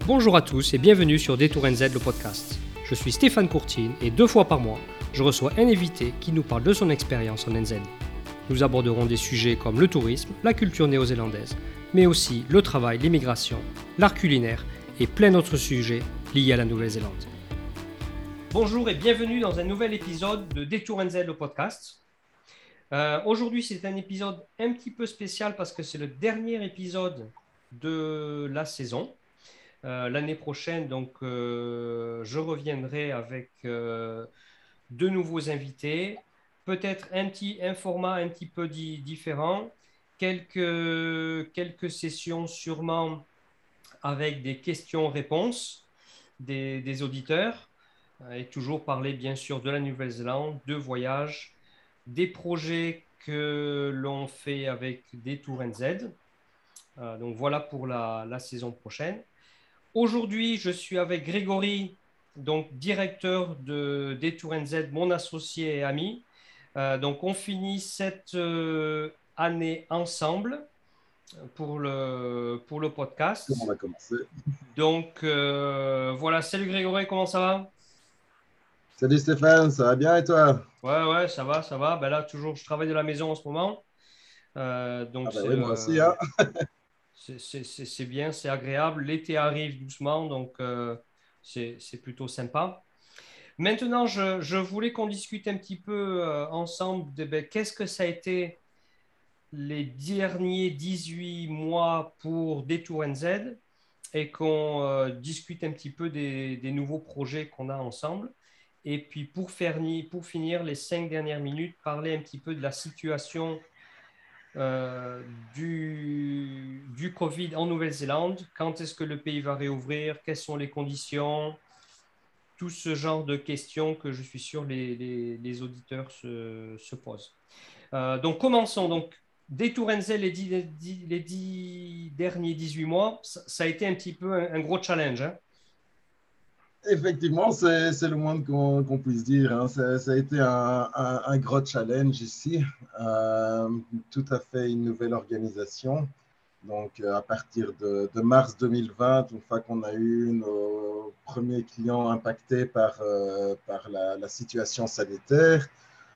Bonjour à tous et bienvenue sur Détour NZ, le podcast. Je suis Stéphane Courtine et 2 fois par mois, je reçois un invité qui nous parle de son expérience en NZ. Nous aborderons des sujets comme le tourisme, la culture néo-zélandaise, mais aussi le travail, l'immigration, l'art culinaire et plein d'autres sujets liés à la Nouvelle-Zélande. Bonjour et bienvenue dans un nouvel épisode de Détour NZ, le podcast. Aujourd'hui, c'est un épisode un petit peu spécial parce que c'est le dernier épisode de la saison. L'année prochaine, je reviendrai avec de nouveaux invités, peut-être un format un petit peu différent, quelques sessions sûrement avec des questions-réponses des auditeurs, et toujours parler bien sûr de la Nouvelle-Zélande, de voyages, des projets que l'on fait avec Détour NZ. Donc voilà pour la saison prochaine. Aujourd'hui, je suis avec Grégory, donc directeur de Détour NZ, mon associé et ami. Donc, on finit cette année ensemble pour le On podcast. va commencer. Donc, voilà, salut Grégory, comment ça va? Salut Stéphane, ça va bien et toi? Ouais, ouais, ça va, ça va. Ben là, toujours, je travaille de la maison en ce moment. Ah Donc, ben oui, moi aussi, hein. c'est bien, c'est agréable. L'été arrive doucement, donc c'est plutôt sympa. Maintenant, je voulais qu'on discute un petit peu ensemble de qu'est-ce que ça a été les derniers 18 mois pour Détour NZ et qu'on discute un petit peu des nouveaux projets qu'on a ensemble. Et puis pour finir les 5 dernières minutes, parler un petit peu de la situation euh, du Covid en Nouvelle-Zélande. Quand est-ce que le pays va réouvrir? Quelles sont les conditions? Tout ce genre de questions que je suis sûr les auditeurs se posent. Donc, commençons. Donc, Détour NZ, les 10 derniers 18 mois, ça a été un petit peu un gros challenge, hein. Effectivement, c'est le moins qu'on puisse dire, hein. Ça a été un gros challenge ici. Euh, Tout à fait une nouvelle organisation. Donc, à partir de mars 2020, une fois qu'on a eu nos premiers clients impactés par la situation sanitaire,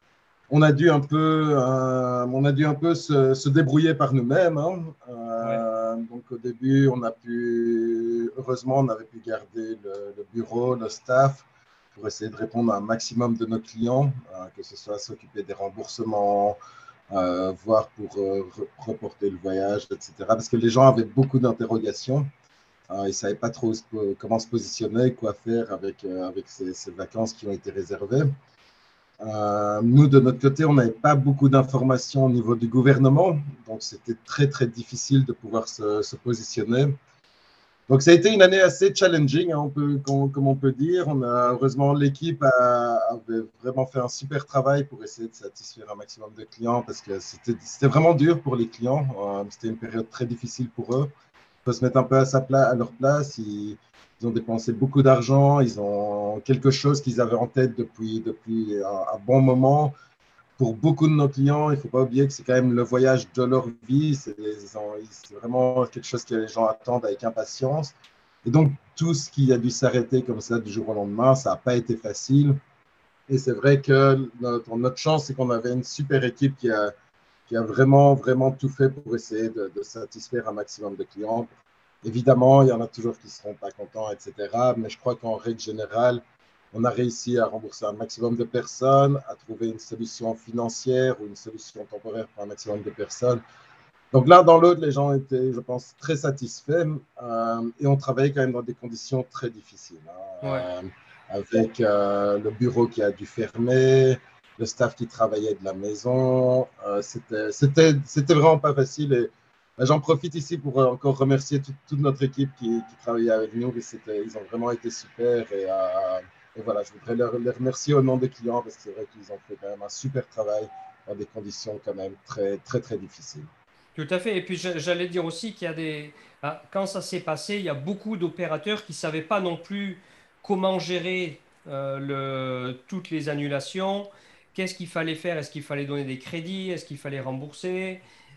on a dû un peu se débrouiller par nous-mêmes, hein. Ouais. Donc au début, heureusement, on avait pu garder le bureau, le staff, pour essayer de répondre à un maximum de nos clients, que ce soit s'occuper des remboursements, voir pour reporter le voyage, etc. Parce que les gens avaient beaucoup d'interrogations. Ils ne savaient pas trop comment se positionner, quoi faire avec ces vacances qui ont été réservées. Nous, de notre côté, on n'avait pas beaucoup d'informations au niveau du gouvernement, donc c'était très, très difficile de pouvoir se positionner. Donc, ça a été une année assez challenging, hein, comme on peut dire. Heureusement, l'équipe avait vraiment fait un super travail pour essayer de satisfaire un maximum de clients parce que c'était vraiment dur pour les clients. C'était une période très difficile pour eux. Il faut se mettre un peu à leur place. Ils ont dépensé beaucoup d'argent. Ils ont quelque chose qu'ils avaient en tête depuis un bon moment. Pour beaucoup de nos clients, il ne faut pas oublier que c'est quand même le voyage de leur vie. C'est vraiment quelque chose que les gens attendent avec impatience. Et donc, tout ce qui a dû s'arrêter comme ça du jour au lendemain, ça n'a pas été facile. Et c'est vrai que notre chance, c'est qu'on avait une super équipe qui a vraiment, vraiment tout fait pour essayer de satisfaire un maximum de clients. Évidemment, il y en a toujours qui ne seront pas contents, etc. Mais je crois qu'en règle générale, on a réussi à rembourser un maximum de personnes, à trouver une solution financière ou une solution temporaire pour un maximum de personnes. Donc l'un dans l'autre, les gens étaient, je pense, très satisfaits et on travaillait quand même dans des conditions très difficiles, Ouais. hein, avec le bureau qui a dû fermer, le staff qui travaillait de la maison. C'était vraiment pas facile. Et j'en profite ici pour encore remercier toute notre équipe qui travaillait avec nous. Ils ont vraiment été super. Et voilà, je voudrais les remercier au nom des clients parce que c'est vrai qu'ils ont fait quand même un super travail dans des conditions quand même très, très, très difficiles. Tout à fait. Et puis, j'allais dire aussi qu'il y a quand ça s'est passé, il y a beaucoup d'opérateurs qui ne savaient pas non plus comment gérer toutes les annulations. Qu'est-ce qu'il fallait faire? Est-ce qu'il fallait donner des crédits? Est-ce qu'il fallait rembourser?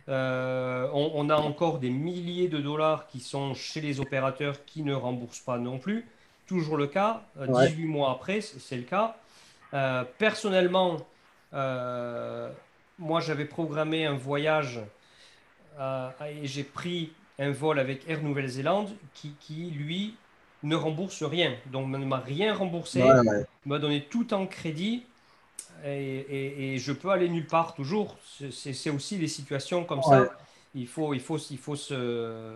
On a encore des milliers de dollars qui sont chez les opérateurs qui ne remboursent pas non plus. Toujours le cas. Ouais. 18 mois après, c'est le cas. Personnellement, euh, moi, j'avais programmé un voyage et j'ai pris un vol avec Air Nouvelle-Zélande qui, lui, ne rembourse rien. Donc, ne m'a rien Ouais, remboursé, ouais. m'a donné tout en crédit et je peux aller nulle part toujours. C'est aussi des situations comme Ouais. ça. Il faut se.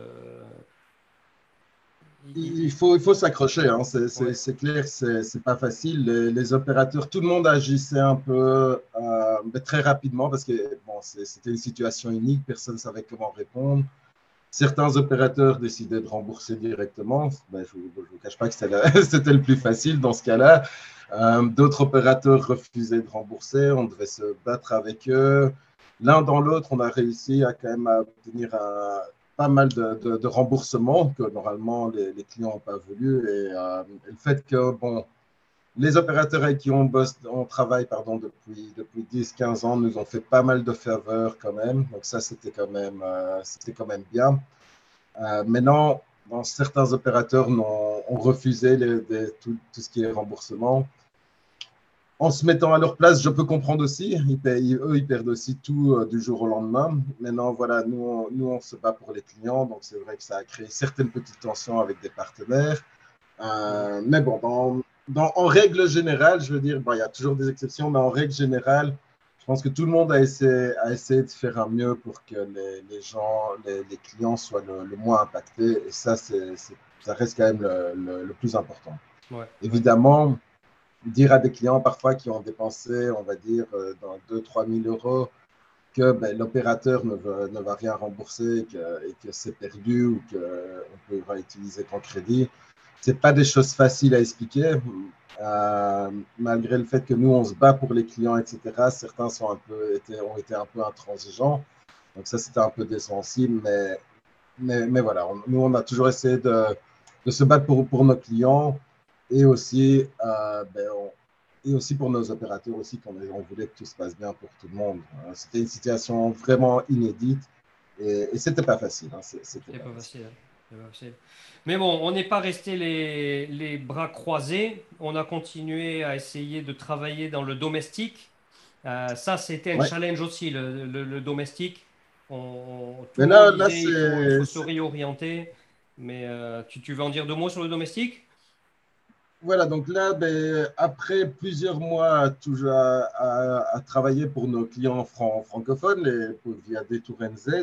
Il faut s'accrocher, hein. Ouais, C'est clair, c'est pas facile. Les opérateurs, tout le monde agissait un peu mais très rapidement parce que bon, c'était une situation unique, personne ne savait comment répondre. Certains opérateurs décidaient de rembourser directement. Ben, je ne vous cache pas que c'était le plus ouais, facile dans ce cas-là. D'autres opérateurs refusaient de rembourser. On devait se battre avec eux. L'un dans l'autre, on a réussi à quand même à obtenir pas mal de remboursements que normalement les clients n'ont pas voulu. Et le fait que, bon, les opérateurs avec qui on travaille depuis 10-15 ans nous ont fait pas mal de faveurs quand même. Donc ça, c'était quand même bien. Maintenant, certains opérateurs ont refusé tout ce qui est remboursement. En se mettant à leur place, je peux comprendre aussi. Eux, ils perdent aussi tout du jour au lendemain. Maintenant, voilà, nous, on se bat pour les clients. Donc, c'est vrai que ça a créé certaines petites tensions avec des partenaires. ouais. Mais bon, en règle générale, je veux dire, bon, il y a toujours des exceptions, mais en règle générale, je pense que tout le monde a essayé de faire un mieux pour que les gens, les clients soient le moins impactés. Et ça, ça reste quand même le plus important. Ouais, ouais. Évidemment, dire à des clients parfois qui ont dépensé, on va dire, dans 2 000 à 3 000 euros, que ben, l'opérateur ne va rien rembourser et que c'est perdu ou qu'on peut utiliser ton crédit. Ce pas des choses faciles à expliquer, malgré le fait que nous, on se bat pour les clients, etc. Certains ont été un peu intransigeants. Donc ça, c'était un peu décevant aussi. Mais voilà, nous, on a toujours essayé de se battre pour nos clients et aussi, et aussi pour nos opérateurs aussi, on voulait que tout se passe bien pour tout le monde. C'était une situation vraiment inédite et c'était pas facile. Hein, c'était C'est pas pas facile. facile, hein. C'est pas facile. Mais bon, on n'est pas resté les bras croisés. On a continué à essayer de travailler dans le domestique. Ça, c'était un Ouais. challenge aussi, le domestique. Tout Mais le monde là disait il faut se réorienter. Mais tu veux en dire deux mots sur le domestique? voilà, donc là, ben, après plusieurs mois toujours à travailler pour nos clients francophones, via Détour NZ,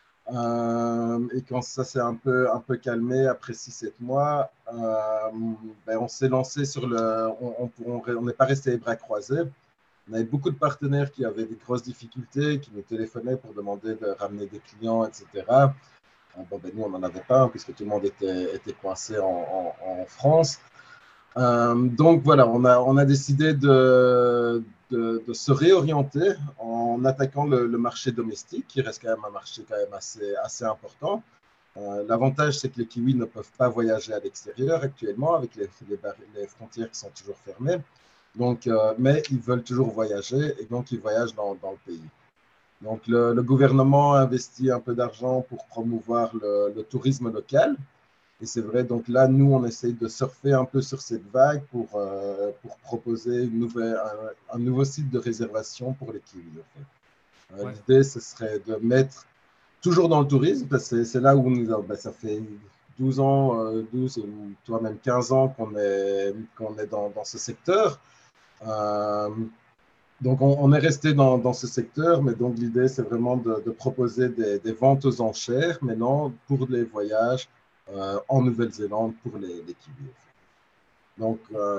et quand ça s'est un peu calmé après 6-7 mois, ben, on s'est lancé sur on n'est pas resté les bras croisés. On avait beaucoup de partenaires qui avaient des grosses difficultés, qui nous téléphonaient pour demander de ramener des clients, etc. Bon, ben, nous, on n'en avait pas, hein, puisque tout le monde était coincé en France. Donc voilà, on a décidé de se réorienter en attaquant le marché domestique, qui reste quand même un marché quand même assez important. L'avantage, c'est que les Kiwis ne peuvent pas voyager à l'extérieur actuellement, avec les frontières qui sont toujours fermées. Donc, mais ils veulent toujours voyager et donc ils voyagent dans le pays. Donc le gouvernement investit un peu d'argent pour promouvoir le tourisme local. Et c'est vrai, donc là, nous, on essaye de surfer un peu sur cette vague pour proposer un nouveau site de réservation pour les Kiwis. En fait. Ouais. L'idée, ce serait de mettre toujours dans le tourisme, parce que c'est là où ça fait 12 ans, 12, toi même 15 ans qu'on est dans ce secteur. Euh, donc, on est resté dans ce secteur, mais donc l'idée, c'est vraiment de proposer des ventes aux enchères, maintenant, pour les voyages en Nouvelle-Zélande pour les Kiwis. Donc,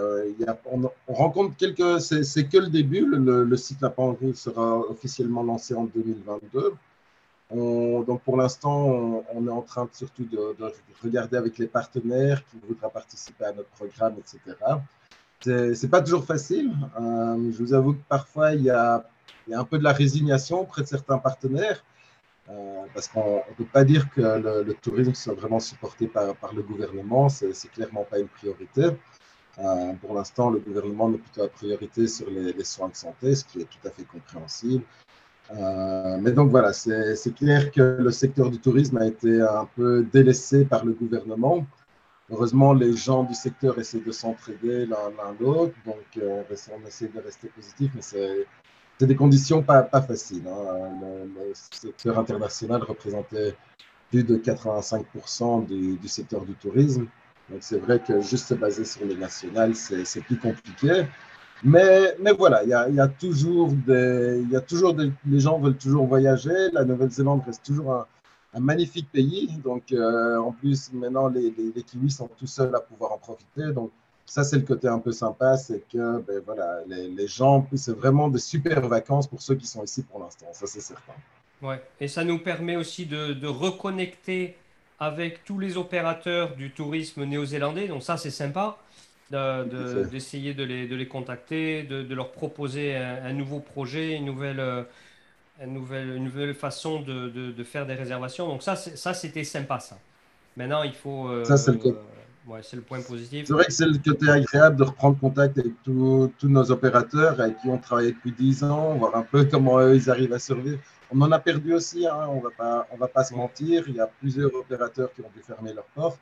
on rencontre c'est que le début. Le site n'a pas encore, sera officiellement lancé en 2022. Donc, pour l'instant, on est en train surtout de regarder avec les partenaires qui voudraient participer à notre programme, etc. C'est pas toujours facile. Je vous avoue que parfois, il y a un peu de la résignation auprès de certains partenaires, parce qu'on ne peut pas dire que le tourisme soit vraiment supporté par le gouvernement. C'est clairement pas une priorité. Pour l'instant, le gouvernement met plutôt la priorité sur les soins de santé, ce qui est tout à fait compréhensible. Mais donc voilà, c'est clair que le secteur du tourisme a été un peu délaissé par le gouvernement. Heureusement, les gens du secteur essaient de s'entraider l'un l'autre, donc on essaie de rester positif, mais c'est des conditions pas faciles, hein. Le secteur international représentait plus de 85% du secteur du tourisme. Donc c'est vrai que juste se baser sur le national, c'est plus compliqué. Mais voilà, il y a toujours les gens veulent toujours voyager. La Nouvelle-Zélande reste toujours un magnifique pays. Donc, en plus, maintenant, les Kiwis sont tout seuls à pouvoir en profiter. Donc, ça, c'est le côté un peu sympa, c'est que ben, voilà, les gens, c'est vraiment de super vacances pour ceux qui sont ici pour l'instant. Ça, c'est certain. Ouais. Et ça nous permet aussi de reconnecter avec tous les opérateurs du tourisme néo-zélandais. Donc ça, c'est sympa Tout à fait. d'essayer de les contacter, de leur proposer un nouveau projet, une nouvelle façon de faire des réservations. Donc ça, c'était sympa, ça. Maintenant, il faut... Ça, c'est le côté. ouais, c'est le point positif. C'est vrai que c'est le côté agréable de reprendre contact avec tous nos opérateurs avec qui on travaille depuis 10 ans, voir un peu comment eux, ils arrivent à survivre. On en a perdu aussi, hein, on va pas se Ouais. mentir. Il y a plusieurs opérateurs qui ont dû fermer leurs portes.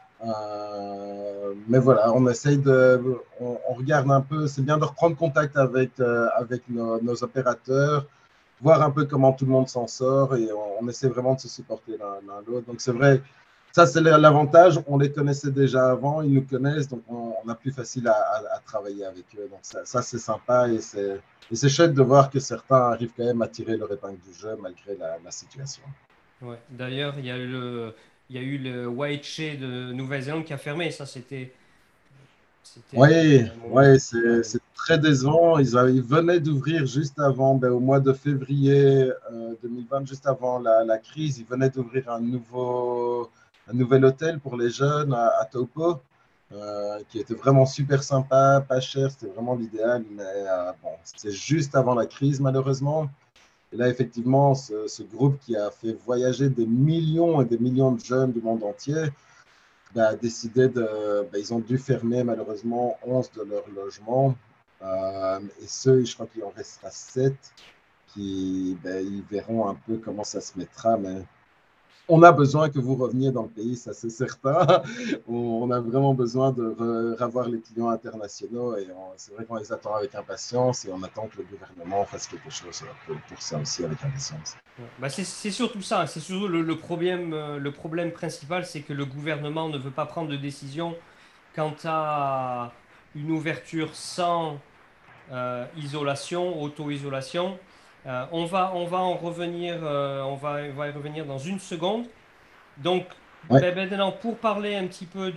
Mais voilà, on regarde un peu. C'est bien de reprendre contact avec nos opérateurs, voir un peu comment tout le monde s'en sort et on essaie vraiment de se supporter l'un l'autre. Donc c'est vrai, ça c'est l'avantage. On les connaissait déjà avant, ils nous connaissent, donc on a plus facile à travailler avec eux. Donc ça c'est sympa et c'est chouette de voir que certains arrivent quand même à tirer leur épingle du jeu malgré la situation. Ouais. D'ailleurs, il y a eu le White de Nouvelle-Zélande qui a fermé. Ça, c'était Oui, un moment ouais, difficile quand même. c'est très décevant. Ils venaient d'ouvrir juste avant, ben, au mois de février 2020, juste avant la crise, ils venaient d'ouvrir un nouvel hôtel pour les jeunes à Taupo, qui était vraiment super sympa, pas cher, c'était vraiment l'idéal. Mais bon, c'était juste avant la crise, malheureusement. Et là, effectivement, ce groupe qui a fait voyager des millions et des millions de jeunes du monde entier, a décidé ils ont dû fermer malheureusement 11 de leurs logements. Et ceux, je crois qu'il en restera 7 ils verront un peu comment ça se mettra. Mais on a besoin que vous reveniez dans le pays, ça c'est certain. On a vraiment besoin de revoir les clients internationaux et c'est vrai qu'on les attend avec impatience et on attend que le gouvernement fasse quelque chose pour ça aussi avec impatience. Ouais. Bah, c'est surtout ça, c'est surtout le problème principal, c'est que le gouvernement ne veut pas prendre de décision quant à une ouverture sans isolation, auto-isolation. On va en revenir, on va y revenir dans une seconde. Donc, Ouais, ben, maintenant, pour parler un petit peu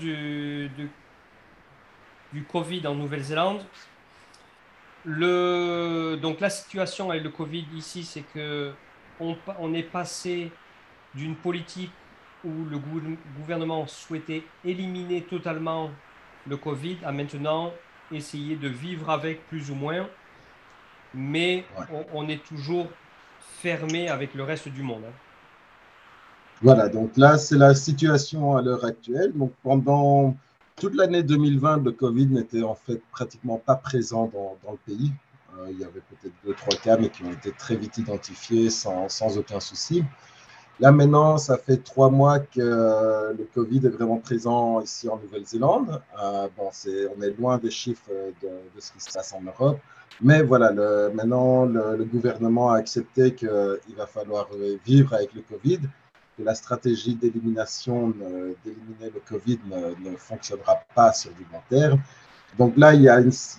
du Covid en Nouvelle-Zélande, donc la situation avec le Covid ici, c'est que on est passé d'une politique où le gouvernement souhaitait éliminer totalement le Covid à maintenant essayer de vivre avec plus ou moins, mais ouais. on est toujours fermé avec le reste du monde, hein. Voilà, donc là, c'est la situation à l'heure actuelle. Donc pendant toute l'année 2020, le Covid n'était en fait pratiquement pas présent dans le pays. Il y avait peut-être deux, trois cas, mais qui ont été très vite identifiés sans aucun souci. Là, maintenant, ça fait 3 mois que le Covid est vraiment présent ici en Nouvelle-Zélande. Bon, on est loin des chiffres de ce qui se passe en Europe. Mais voilà, maintenant, le gouvernement a accepté qu'il va falloir vivre avec le Covid, que la stratégie d'éliminer le Covid ne fonctionnera pas sur du long terme. Donc là, il y a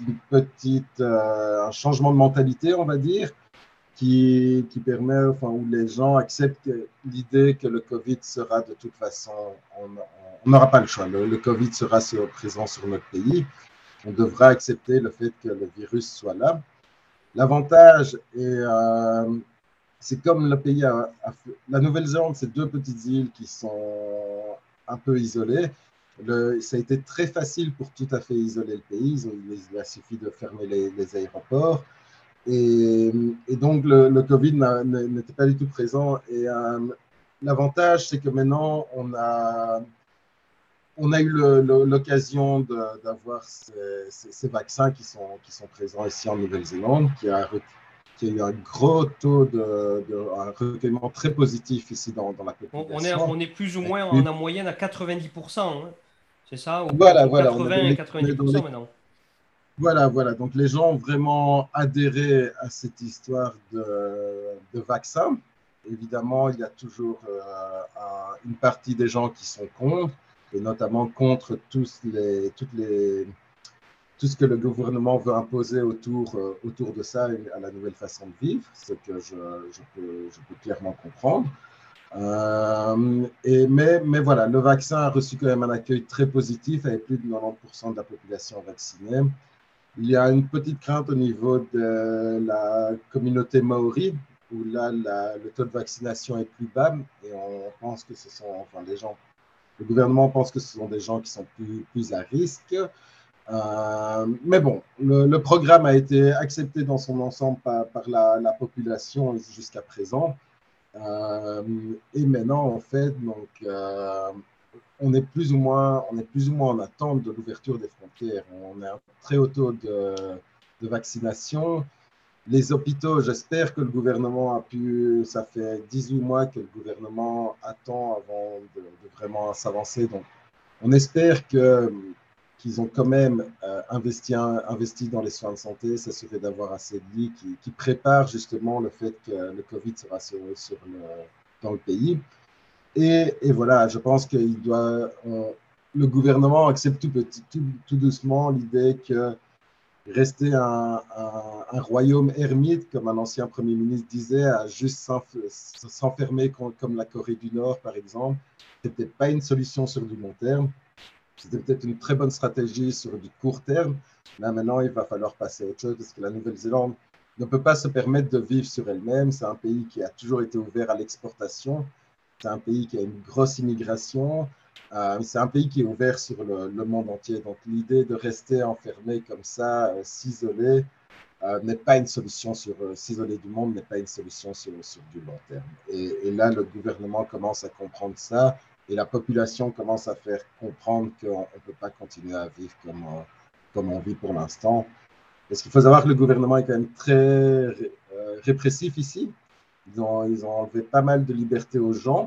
un changement de mentalité, on va dire, qui permet, enfin, où les gens acceptent l'idée que le Covid sera de toute façon, on n'aura pas le choix. Le Covid sera présent sur notre pays. On devra accepter le fait que le virus soit là. L'avantage c'est comme le pays la Nouvelle-Zélande, c'est deux petites îles qui sont un peu isolées. Ça a été très facile pour tout à fait isoler le pays. Il a suffi de fermer les aéroports. Et donc, le Covid n'était pas du tout présent. Et l'avantage, c'est que maintenant, on a eu l'occasion d'avoir ces vaccins qui sont présents ici en Nouvelle-Zélande, qu'il y a eu un gros taux un recueillement très positif ici dans la On population. est plus ou Avec moins plus- en moyenne à 90%, hein. C'est ça? Ou Voilà, entre voilà, 80 et on est dans 90% maintenant. voilà, voilà. Donc les gens ont vraiment adhéré à cette histoire de vaccin. Évidemment, il y a toujours une partie des gens qui sont contre, et notamment contre tout ce que le gouvernement veut imposer autour de ça et à la nouvelle façon de vivre, ce que je peux clairement comprendre. Mais voilà, le vaccin a reçu quand même un accueil très positif avec plus de 90% de la population vaccinée. Il y a une petite crainte au niveau de la communauté maori, où là, le taux de vaccination est plus bas, et on pense que ce sont, enfin, les gens, le gouvernement pense que ce sont des gens qui sont plus à risque. Mais bon, le programme a été accepté dans son ensemble par la population jusqu'à présent. Et maintenant, en fait, donc, on est plus ou moins en attente de l'ouverture des frontières. On a un très haut taux de vaccination. Les hôpitaux, j'espère que le gouvernement a pu, ça fait 18 mois que le gouvernement attend avant de vraiment s'avancer. Donc, on espère qu'ils ont quand même investi dans les soins de santé, s'assurer d'avoir assez de lits qui préparent justement le fait que le Covid sera dans le pays. Et voilà, je pense que le gouvernement accepte tout doucement l'idée que rester un royaume ermite, comme un ancien Premier ministre disait, à juste s'enfermer comme la Corée du Nord, par exemple, c'était peut-être pas une solution sur du long terme. C'était peut-être une très bonne stratégie sur du court terme. Là, maintenant, il va falloir passer à autre chose parce que la Nouvelle-Zélande ne peut pas se permettre de vivre sur elle-même. C'est un pays qui a toujours été ouvert à l'exportation. C'est un pays qui a une grosse immigration. C'est un pays qui est ouvert sur le monde entier. Donc, l'idée de rester enfermé comme ça, s'isoler, n'est pas une solution s'isoler du monde n'est pas une solution sur du long terme. Et là, le gouvernement commence à comprendre ça et la population commence à faire comprendre qu'on ne peut pas continuer à vivre comme on vit pour l'instant. Parce qu'il faut savoir que le gouvernement est quand même très répressif ici. Ils ont enlevé pas mal de liberté aux gens.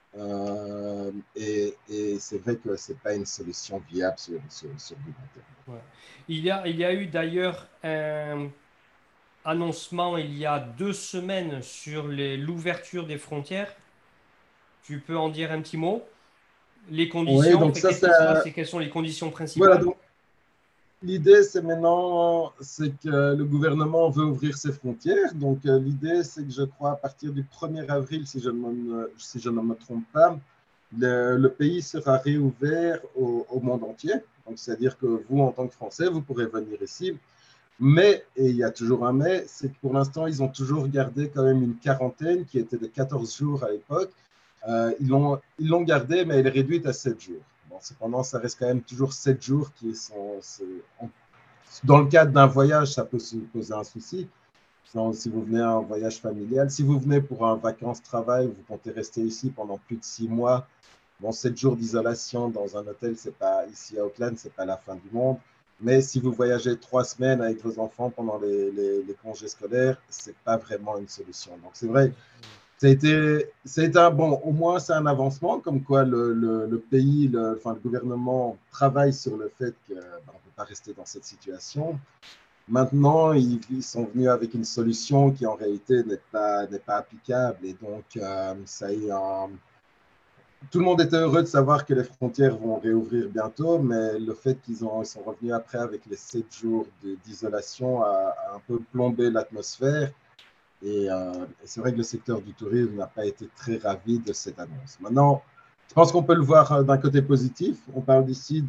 Et c'est vrai que ce n'est pas une solution viable sur du long terme. Ouais. Il y a eu d'ailleurs un annoncement il y a 2 semaines sur l'ouverture des frontières. Tu peux en dire un petit mot? Les Oui, conditions, donc enfin, ça, qu'est-ce qui se passe et quelles sont les conditions voilà, principales? donc l'idée, c'est maintenant, c'est que le gouvernement veut ouvrir ses frontières. Donc, l'idée, c'est que je crois à partir du 1er avril, si je ne me trompe pas, le pays sera réouvert au monde entier. Donc, c'est-à-dire que vous, en tant que Français, vous pourrez venir ici. Mais, et il y a toujours un mais, c'est que pour l'instant, ils ont toujours gardé quand même une quarantaine qui était de 14 jours à l'époque. Ils l'ont gardée, mais elle est réduite à 7 jours. Bon, cependant, ça reste quand même toujours 7 jours qui sont. Dans le cadre d'un voyage, ça peut se poser un souci. Si vous venez à un voyage familial, si vous venez pour un vacances-travail, vous comptez rester ici pendant plus de 6 mois. Bon, 7 jours d'isolation dans un hôtel, c'est pas ici à Auckland, c'est pas la fin du monde. Mais si vous voyagez 3 semaines avec vos enfants pendant les congés scolaires, c'est pas vraiment une solution. Donc c'est vrai, ça a été un bon, au moins c'est un avancement, comme quoi le pays, enfin le gouvernement travaille sur le fait qu'on ne peut pas rester dans cette situation. Maintenant, ils sont venus avec une solution qui en réalité n'est pas applicable. Et donc, ça a eu tout le monde était heureux de savoir que les frontières vont réouvrir bientôt, mais le fait ils sont revenus après avec les 7 jours d'isolation a un peu plombé l'atmosphère. Et c'est vrai que le secteur du tourisme n'a pas été très ravi de cette annonce. Maintenant, je pense qu'on peut le voir d'un côté positif. On parle d'ici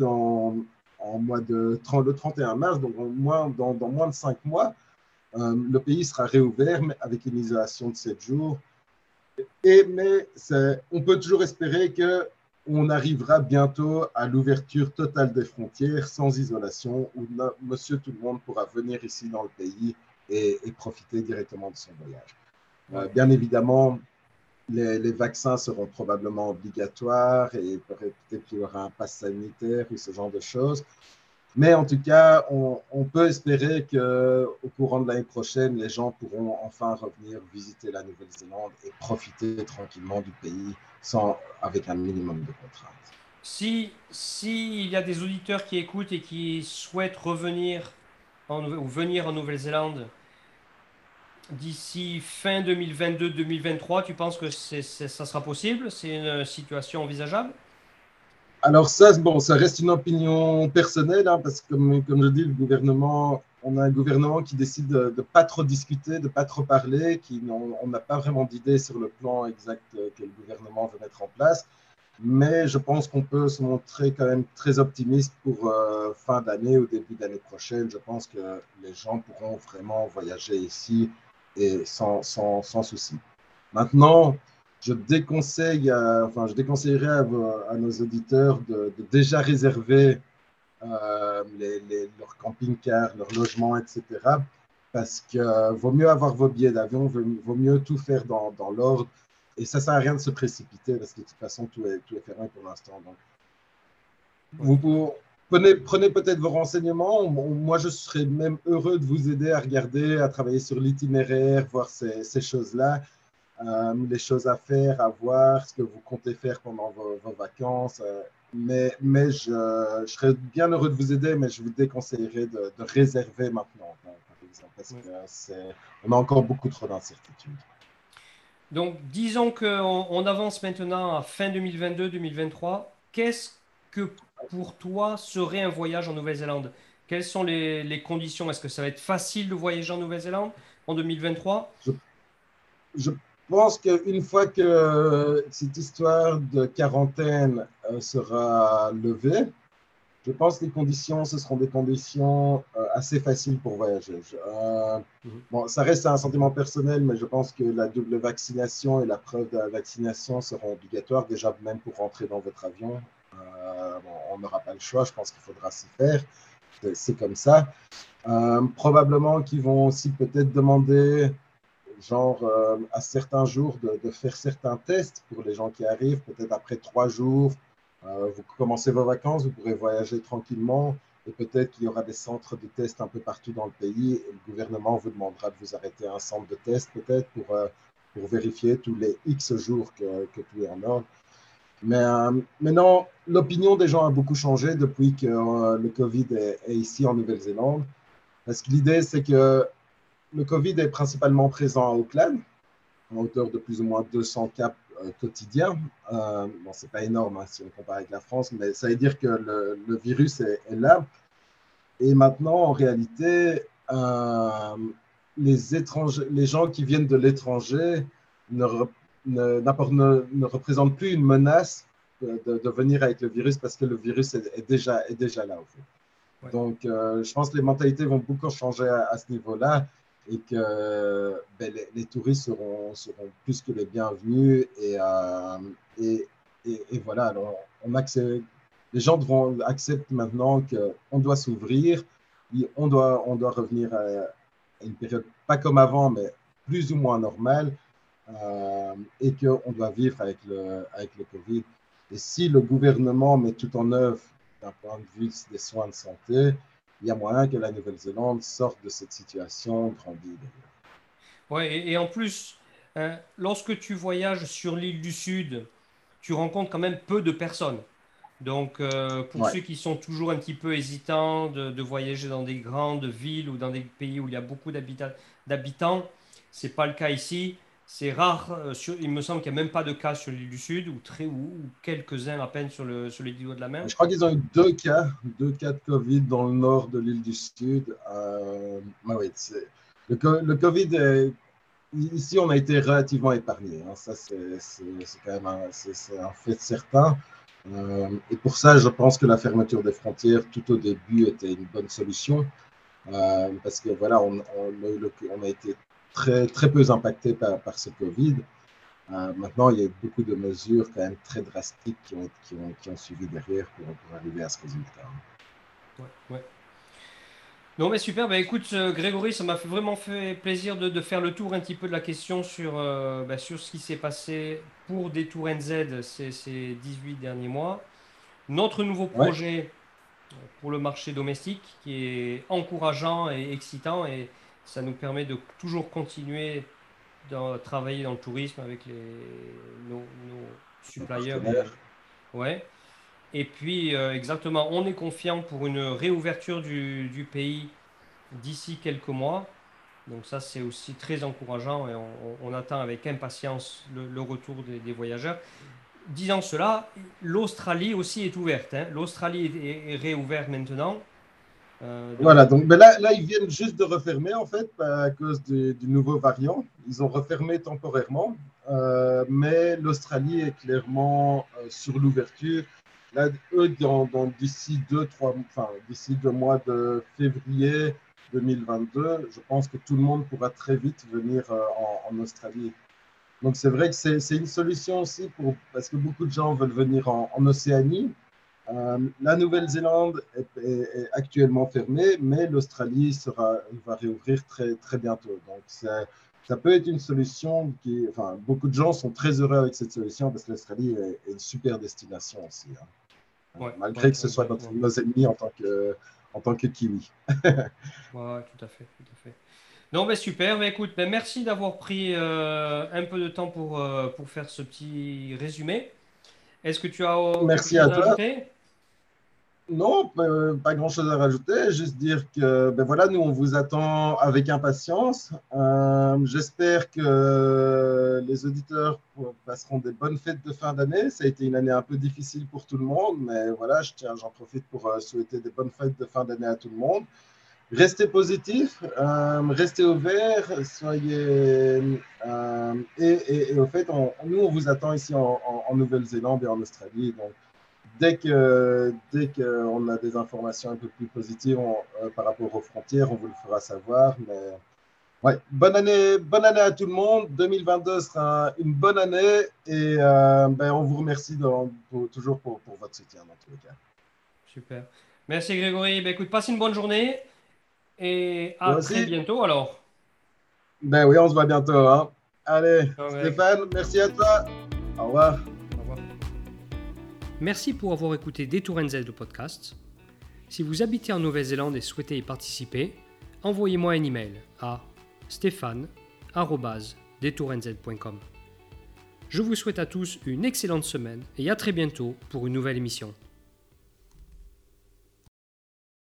le 31 mars, donc dans moins de 5 mois, le pays sera réouvert mais avec une isolation de 7 jours. Mais on peut toujours espérer qu'on arrivera bientôt à l'ouverture totale des frontières sans isolation, où monsieur tout le monde pourra venir ici dans le pays et profiter directement de son voyage. Ouais. Bien évidemment, les vaccins seront probablement obligatoires et peut-être qu'il y aura un pass sanitaire ou ce genre de choses. Mais en tout cas, on peut espérer qu'au courant de l'année prochaine, les gens pourront enfin revenir visiter la Nouvelle-Zélande et profiter tranquillement du pays avec un minimum de contraintes. Si il y a des auditeurs qui écoutent et qui souhaitent revenir ou venir en Nouvelle-Zélande d'ici fin 2022-2023, tu penses que ça sera possible? C'est une situation envisageable? Alors ça, bon, ça reste une opinion personnelle, hein, parce que comme je dis, le gouvernement, on a un gouvernement qui décide de ne pas trop discuter, de ne pas trop parler, on n'a pas vraiment d'idée sur le plan exact que le gouvernement veut mettre en place. Mais je pense qu'on peut se montrer quand même très optimiste pour fin d'année ou début d'année prochaine. Je pense que les gens pourront vraiment voyager ici et sans souci. Maintenant, je déconseillerais à nos auditeurs de déjà réserver leurs camping-cars, leurs logements, etc. Parce que vaut mieux avoir vos billets d'avion, vaut mieux tout faire dans l'ordre. Et ça ne sert à rien de se précipiter parce que de toute façon, tout est fermé pour l'instant. Donc, Oui. prenez peut-être vos renseignements. Moi, je serais même heureux de vous aider à regarder, à travailler sur l'itinéraire, voir ces choses-là, les choses à faire, à voir, ce que vous comptez faire pendant vos vacances. Mais je serais bien heureux de vous aider, mais je vous déconseillerais de réserver maintenant, par exemple, parce Oui. que on a encore beaucoup trop d'incertitudes. Donc, disons qu'on avance maintenant à fin 2022-2023. Qu'est-ce que pour toi serait un voyage en Nouvelle-Zélande? Quelles sont les conditions? Est-ce que ça va être facile de voyager en Nouvelle-Zélande en 2023? Je, je pense qu'une fois que cette histoire de quarantaine sera levée, je pense que les conditions, ce seront des conditions assez faciles pour voyager. Mhm. Bon, ça reste un sentiment personnel, mais je pense que la double vaccination et la preuve de la vaccination seront obligatoires, déjà même pour rentrer dans votre avion. Bon, on n'aura pas le choix, je pense qu'il faudra s'y faire. C'est comme ça. Probablement qu'ils vont aussi peut-être demander, genre, à certains jours, de faire certains tests pour les gens qui arrivent, peut-être après 3 jours. Vous commencez vos vacances, vous pourrez voyager tranquillement et peut-être qu'il y aura des centres de tests un peu partout dans le pays et le gouvernement vous demandera de vous arrêter à un centre de test peut-être pour vérifier tous les X jours que tout est en ordre. Mais non, l'opinion des gens a beaucoup changé depuis que le Covid est ici en Nouvelle-Zélande. Parce que l'idée, c'est que le Covid est principalement présent à Auckland, en hauteur de plus ou moins 200 cas quotidiens. Bon, c'est pas énorme hein, si on compare avec la France, mais ça veut dire que le virus est là. Et maintenant, en réalité, les gens qui viennent de l'étranger ne, ne représentent plus une menace de venir avec le virus parce que le virus est déjà là. Au fait. Ouais. Donc, je pense que les mentalités vont beaucoup changer à ce niveau-là et que les touristes seront plus que les bienvenus. Et voilà, alors, les gens devront accepter maintenant qu'on doit s'ouvrir, on doit revenir à une période pas comme avant, mais plus ou moins normale, et qu'on doit vivre avec le Covid. Et si le gouvernement met tout en œuvre d'un point de vue des soins de santé, il y a moyen que la Nouvelle-Zélande sorte de cette situation grandie. Ouais, et en plus, lorsque tu voyages sur l'île du Sud, tu rencontres quand même peu de personnes. Donc, pour Ouais. ceux qui sont toujours un petit peu hésitants de voyager dans des grandes villes ou dans des pays où il y a beaucoup d'habitants, c'est pas le cas ici. C'est rare. Il me semble qu'il n'y a même pas de cas sur l'île du Sud ou quelques-uns à peine sur les 10 doigts de la main. Je crois qu'ils ont eu deux cas de Covid dans le nord de l'île du Sud. Oui, le Covid, ici, on a été relativement épargné. Hein. Ça, c'est quand même c'est un fait certain. Et pour ça, je pense que la fermeture des frontières tout au début était une bonne solution. Parce que voilà, on a été très peu impacté par ce Covid. Maintenant, il y a eu beaucoup de mesures quand même très drastiques qui ont suivi derrière pour arriver à ce résultat. Ouais, ouais. Non, mais super. Bah, écoute, Grégory, ça m'a vraiment fait plaisir de faire le tour un petit peu de la question sur ce qui s'est passé pour Détour NZ ces 18 derniers mois. Notre nouveau Ouais, projet. pour le marché domestique qui est encourageant et excitant et ça nous permet de toujours continuer de travailler dans le tourisme avec nos nos suppliers. partenaires. Ouais. Et puis, exactement, on est confiant pour une réouverture du pays d'ici quelques mois. Donc ça, c'est aussi très encourageant et on attend avec impatience le retour des voyageurs. Disant cela, l'Australie aussi est ouverte, hein. L'Australie est réouverte maintenant. Donc, Voilà, donc mais là, ils viennent juste de refermer en fait à cause du nouveau variant. Ils ont refermé temporairement, mais l'Australie est clairement sur l'ouverture. Là, eux, d'ici d'ici le mois de février 2022, je pense que tout le monde pourra très vite venir en Australie. Donc c'est vrai que c'est une solution aussi parce que beaucoup de gens veulent venir en Océanie. La Nouvelle-Zélande est actuellement fermée, mais l'Australie va réouvrir très, très bientôt. Donc, ça peut être une solution enfin, beaucoup de gens sont très heureux avec cette solution parce que l'Australie est une super destination aussi, hein. ouais, Malgré ouais, que ce soit exactement. nos ennemis en tant que Kiwi. Ouais, ouais, tout à fait, tout à fait. Non, mais super. Mais écoute, ben, merci d'avoir pris un peu de temps pour faire ce petit résumé. Est-ce que tu as quelque Merci à chose à toi. ajouter? Non, pas grand-chose à rajouter. Juste dire que, ben voilà, nous, on vous attend avec impatience. J'espère que les auditeurs passeront des bonnes fêtes de fin d'année. Ça a été une année un peu difficile pour tout le monde, mais voilà, j'en profite pour souhaiter des bonnes fêtes de fin d'année à tout le monde. Restez positifs, restez ouverts, et au fait, nous, on vous attend ici en Nouvelle-Zélande et en Australie. Donc, dès qu'on a des informations un peu plus positives par rapport aux frontières, on vous le fera savoir. Mais ouais, bonne année à tout le monde. 2022 sera une bonne année et ben, on vous remercie toujours pour votre soutien dans tous les cas. Super. Merci Grégory. Ben, écoute, passe une bonne journée et à Toi très aussi? bientôt alors. Ben oui, on se voit bientôt, hein. Allez, Ciao, Greg. Stéphane, merci à toi. Au revoir. Au revoir. Merci pour avoir écouté Détour NZ le podcast. Si vous habitez en Nouvelle-Zélande et souhaitez y participer, envoyez-moi un email à stéphane@detournz.com. Je vous souhaite à tous une excellente semaine et à très bientôt pour une nouvelle émission.